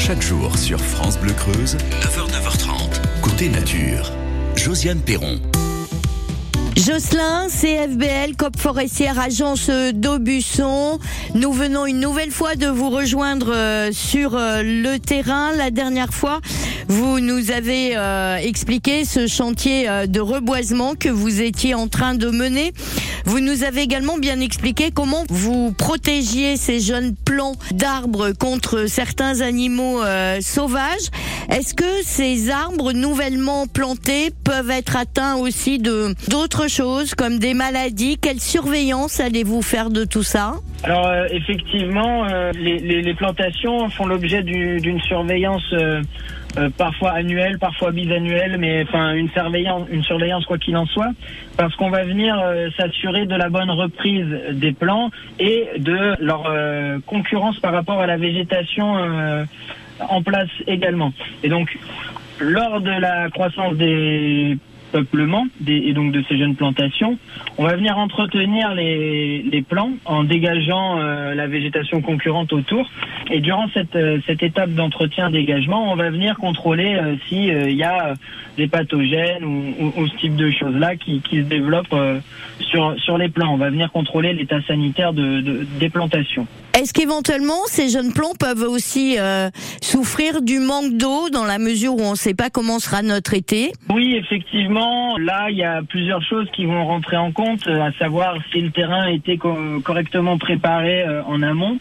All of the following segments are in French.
Chaque jour sur France Bleu Creuse, 9h-9h30, côté nature. Josiane Perron. Jocelyn, CFBL, COP Forestière, agence d'Aubusson. Nous venons une nouvelle fois de vous rejoindre sur le terrain. La dernière fois, vous nous avez expliqué ce chantier de reboisement que vous étiez en train de mener. Vous nous avez également bien expliqué comment vous protégiez ces jeunes plants d'arbres contre certains animaux sauvages. Est-ce que ces arbres nouvellement plantés peuvent être atteints aussi d'autres choses comme des maladies? Quelle surveillance allez-vous faire de tout ça? Alors effectivement, les plantations font l'objet d'une surveillance parfois annuelle, parfois bisannuelle, mais enfin une surveillance quoi qu'il en soit, parce qu'on va venir s'assurer de la bonne reprise des plants et de leur concurrence par rapport à la végétation en place également. Et donc, lors de la croissance des peuplements et donc de ces jeunes plantations, on va venir entretenir les plants en dégageant la végétation concurrente autour. Et durant cette étape d'entretien-dégagement, on va venir contrôler s'il y a des pathogènes ou ce type de choses-là qui se développent sur les plants. On va venir contrôler l'état sanitaire des plantations. Est-ce qu'éventuellement ces jeunes plants peuvent aussi souffrir du manque d'eau dans la mesure où on ne sait pas comment sera notre été? Oui, effectivement. Là, il y a plusieurs choses qui vont rentrer en compte, à savoir si le terrain a été correctement préparé en amont,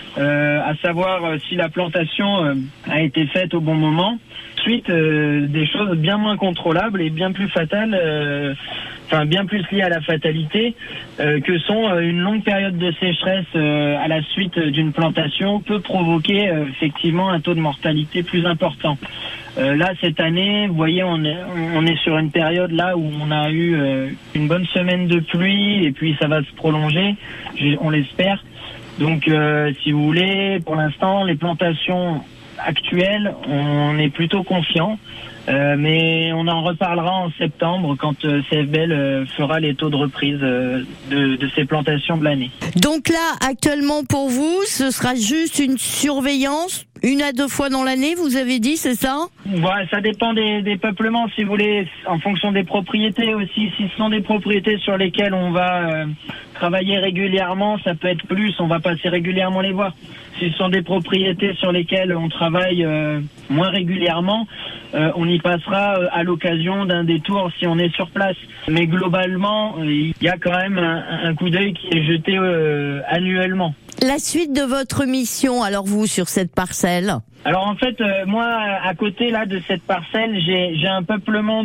à savoir si la plantation a été faite au bon moment. Ensuite, des choses bien moins contrôlables et bien plus fatales, bien plus liées à la fatalité, que sont une longue période de sécheresse à la suite d'une plantation peut provoquer effectivement un taux de mortalité plus important. Là, cette année, vous voyez, on est sur une période là où on a eu une bonne semaine de pluie et puis ça va se prolonger, on l'espère. Donc, si vous voulez, pour l'instant, les plantations actuelles, on est plutôt confiant. Mais on en reparlera en septembre quand CFBL fera les taux de reprise de ces plantations de l'année. Donc là, actuellement pour vous, ce sera juste une surveillance 1 à 2 fois dans l'année, vous avez dit, c'est ça? Ouais, ça dépend des peuplements, si vous voulez, en fonction des propriétés aussi. Si ce sont des propriétés sur lesquelles on va travailler régulièrement, ça peut être plus, on va passer régulièrement les voir. Si ce sont des propriétés sur lesquelles on travaille moins régulièrement, on y passera à l'occasion d'un détour si on est sur place. Mais globalement, il y a quand même un coup d'œil qui est jeté annuellement. La suite de votre mission, alors vous, sur cette parcelle? Alors en fait, moi, à côté là de cette parcelle, j'ai un peuplement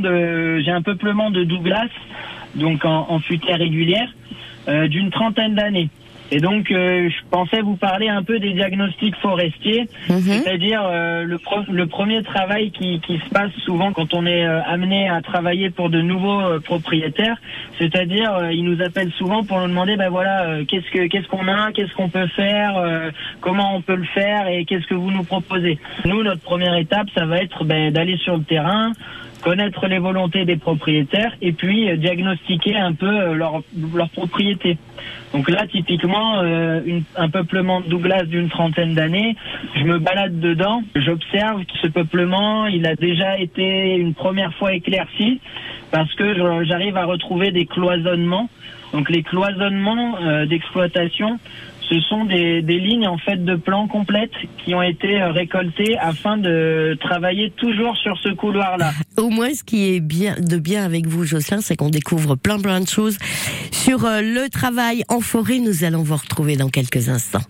de Douglas, donc en futaie régulière, d'une 30aine d'années. Et donc, je pensais vous parler un peu des diagnostics forestiers, c'est-à-dire le premier travail qui se passe souvent quand on est amené à travailler pour de nouveaux propriétaires, c'est-à-dire ils nous appellent souvent pour nous demander, qu'est-ce qu'on a, qu'est-ce qu'on peut faire, comment on peut le faire et qu'est-ce que vous nous proposez. Nous, notre première étape, ça va être d'aller sur le terrain, connaître les volontés des propriétaires et puis diagnostiquer un peu leur propriété. Donc là, typiquement, un peuplement de Douglas d'une 30aine d'années, je me balade dedans, j'observe que ce peuplement, il a déjà été une première fois éclairci parce que j'arrive à retrouver des cloisonnements. Donc les cloisonnements d'exploitation, ce sont des lignes en fait de plans complètes qui ont été récoltées afin de travailler toujours sur ce couloir-là. Au moins, ce qui est bien avec vous, Jocelyn, c'est qu'on découvre plein de choses sur le travail en forêt. Nous allons vous retrouver dans quelques instants.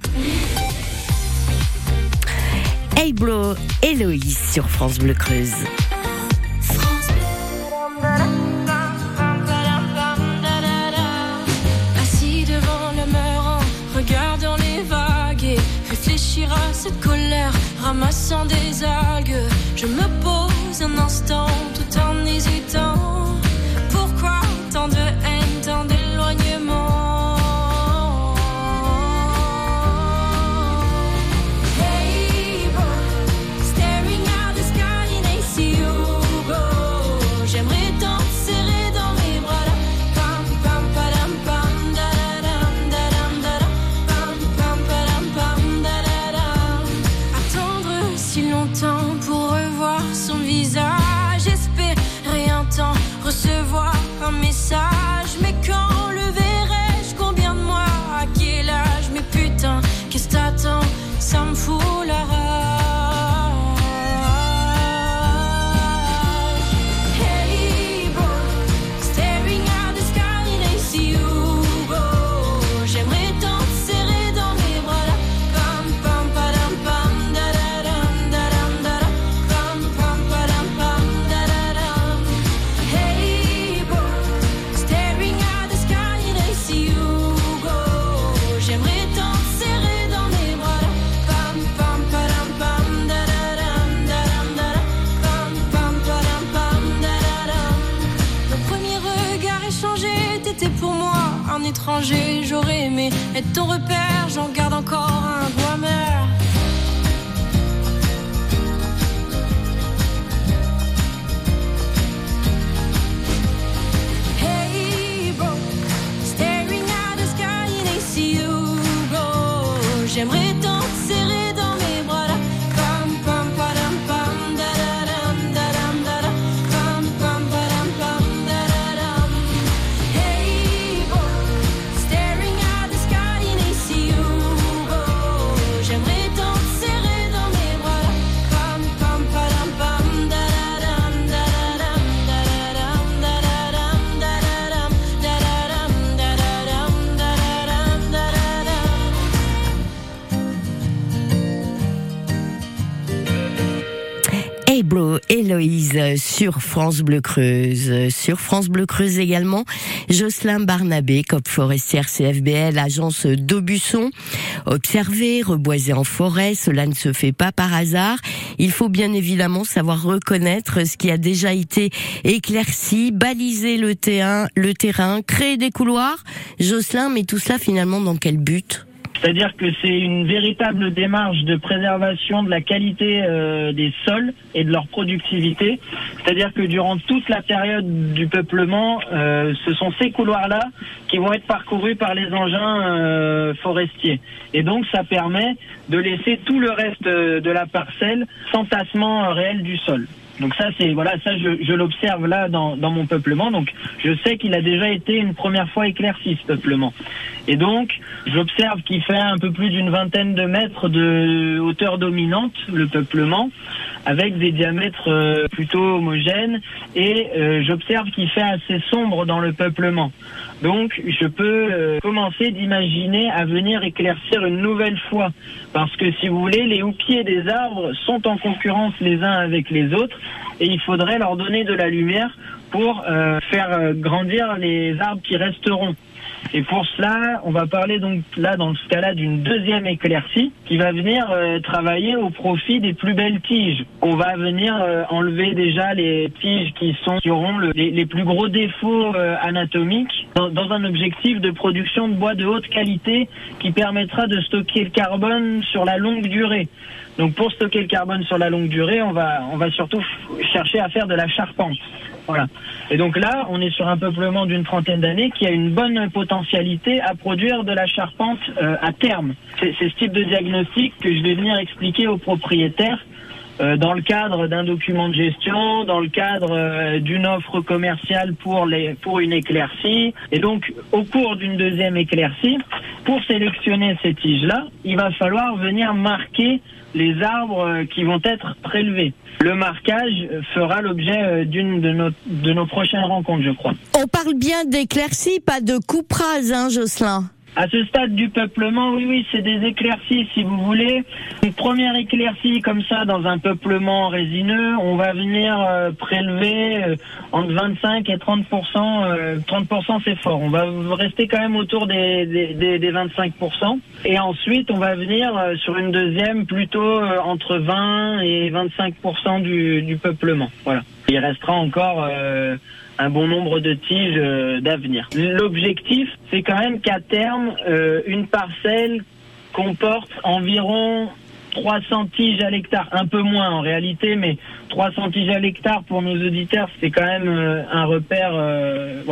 Hey Bro, Héloïse sur France Bleu Creuse. À cette colère, ramassant des algues, je me pose un instant tout en hésitant. Pourquoi tant de haine, tant d'éloignement? Hey boy, staring at the sky and I see you go. J'aimerais tant te serrer dans mes bras là. Pam pam padam pam da da dam da dam da dam pam pam padam pam da da dam. Attendre si longtemps. longtemps pour revoir son visage. Espérer un temps, recevoir un message. Mais quand le verrai-je, combien de mois, à quel âge? Mais putain, qu'est-ce que t'attends? Ça me fout la rage. Hey bro, staring at the sky and I see you go. J'aimerais tant te serrer dans mes bras là. Pam pam padam pam da da dam da dam da da. Pam pam padam pam da da dam. Hey bro, staring at the sky and I see you go. J'aimerais tant te serrer dans mes bras là. Pam pam padam pam da da dam da dam da da. Pam pam padam pam da da dam. Nos premiers regards échangés, t'étais pour moi un étranger. J'aurais aimé être ton repère, j'en garde encore un goût amer. Hey bro, staring at the sky and I see you go. J'aimerais tant te serrer dans mes bras là. Pam pam padam pam da da dam da dam da da. Pam pam padam pam da da dam. Hey bro, staring at the sky and I see you go. J'aimerais tant te serrer dans mes bras là. Pam pam padam pam da da dam da da dam da da dam da da dam da da dam da da dam da da dam da da dam da da dam. Hey bro, Héloïse sur France Bleu Creuse. Sur France Bleu Creuse également, Jocelyn Barnabé, COP forestière CFBL, agence d'Aubusson. Observer, reboiser en forêt, cela ne se fait pas par hasard. Il faut bien évidemment savoir reconnaître ce qui a déjà été éclairci, baliser le terrain, créer des couloirs. Jocelyn, mais tout cela finalement dans quel but ? C'est-à-dire que c'est une véritable démarche de préservation de la qualité des sols et de leur productivité. C'est-à-dire que durant toute la période du peuplement, ce sont ces couloirs-là qui vont être parcourus par les engins forestiers. Et donc ça permet de laisser tout le reste de la parcelle sans tassement réel du sol. Donc ça je l'observe là dans mon peuplement. Donc je sais qu'il a déjà été une première fois éclairci ce peuplement. Et donc j'observe qu'il fait un peu plus d'une vingtaine de mètres de hauteur dominante le peuplement, avec des diamètres plutôt homogènes, et j'observe qu'il fait assez sombre dans le peuplement. Donc je peux commencer d'imaginer à venir éclaircir une nouvelle fois, parce que si vous voulez, les houppiers des arbres sont en concurrence les uns avec les autres, et il faudrait leur donner de la lumière pour faire grandir les arbres qui resteront. Et pour cela, on va parler donc là, dans ce cas-là, d'une deuxième éclaircie qui va venir travailler au profit des plus belles tiges. On va venir enlever déjà les tiges qui auront les plus gros défauts anatomiques dans un objectif de production de bois de haute qualité qui permettra de stocker le carbone sur la longue durée. Donc pour stocker le carbone sur la longue durée, on va surtout chercher à faire de la charpente. Voilà. Et donc là, on est sur un peuplement d'une trentaine d'années qui a une bonne potentialité à produire de la charpente à terme. C'est ce type de diagnostic que je vais venir expliquer aux propriétaires dans le cadre d'un document de gestion, dans le cadre d'une offre commerciale pour une éclaircie. Et donc, au cours d'une deuxième éclaircie, pour sélectionner ces tiges-là, il va falloir venir marquer les arbres qui vont être prélevés. Le marquage fera l'objet d'une de nos prochaines rencontres, je crois. On parle bien d'éclaircies, pas de coupe rase, hein, Jocelyn ? À ce stade du peuplement, oui, c'est des éclaircies, si vous voulez. Une première éclaircie comme ça dans un peuplement résineux, on va venir prélever entre 25 et 30%. 30% c'est fort. On va rester quand même autour des 25%. Et ensuite, on va venir sur une deuxième plutôt entre 20 et 25% du peuplement. Voilà. Il restera encore un bon nombre de tiges d'avenir. L'objectif, c'est quand même qu'à terme, une parcelle comporte environ 300 tiges à l'hectare. Un peu moins en réalité, mais 300 tiges à l'hectare pour nos auditeurs, c'est quand même un repère, voilà.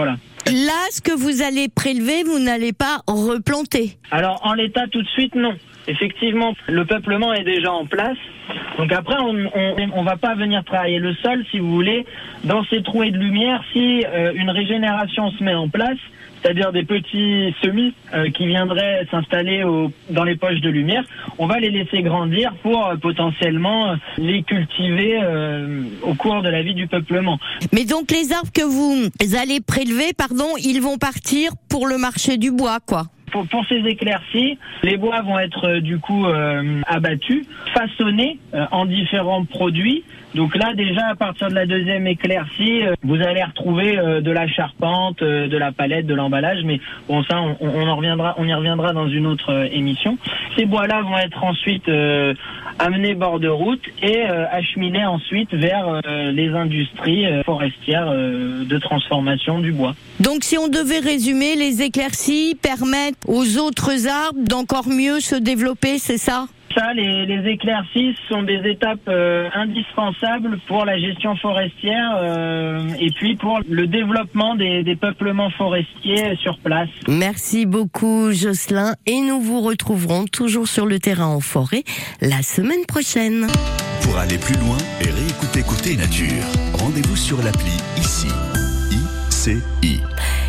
Là, ce que vous allez prélever, vous n'allez pas replanter. Alors en l'état tout de suite non. Effectivement, le peuplement est déjà en place. Donc après, on va pas venir travailler le sol, si vous voulez, dans ces trouées de lumière. Si une régénération se met en place, c'est-à-dire des petits semis qui viendraient s'installer dans les poches de lumière, on va les laisser grandir pour potentiellement les cultiver au cours de la vie du peuplement. Mais donc les arbres que vous allez prélever, ils vont partir pour le marché du bois, quoi. Pour ces éclaircies, les bois vont être du coup abattus, façonnés en différents produits. Donc là, déjà, à partir de la deuxième éclaircie, vous allez retrouver de la charpente, de la palette, de l'emballage. Mais bon, ça, on y reviendra dans une autre émission. Ces bois-là vont être ensuite amenés bord de route et acheminés ensuite vers les industries forestières de transformation du bois. Donc si on devait résumer, les éclaircies permettent aux autres arbres d'encore mieux se développer, c'est ça ? Ça, les éclaircies sont des étapes indispensables pour la gestion forestière et puis pour le développement des peuplements forestiers sur place. Merci beaucoup Jocelyn et nous vous retrouverons toujours sur le terrain en forêt la semaine prochaine. Pour aller plus loin et réécouter Côté Nature, rendez-vous sur l'appli ICI. ICI.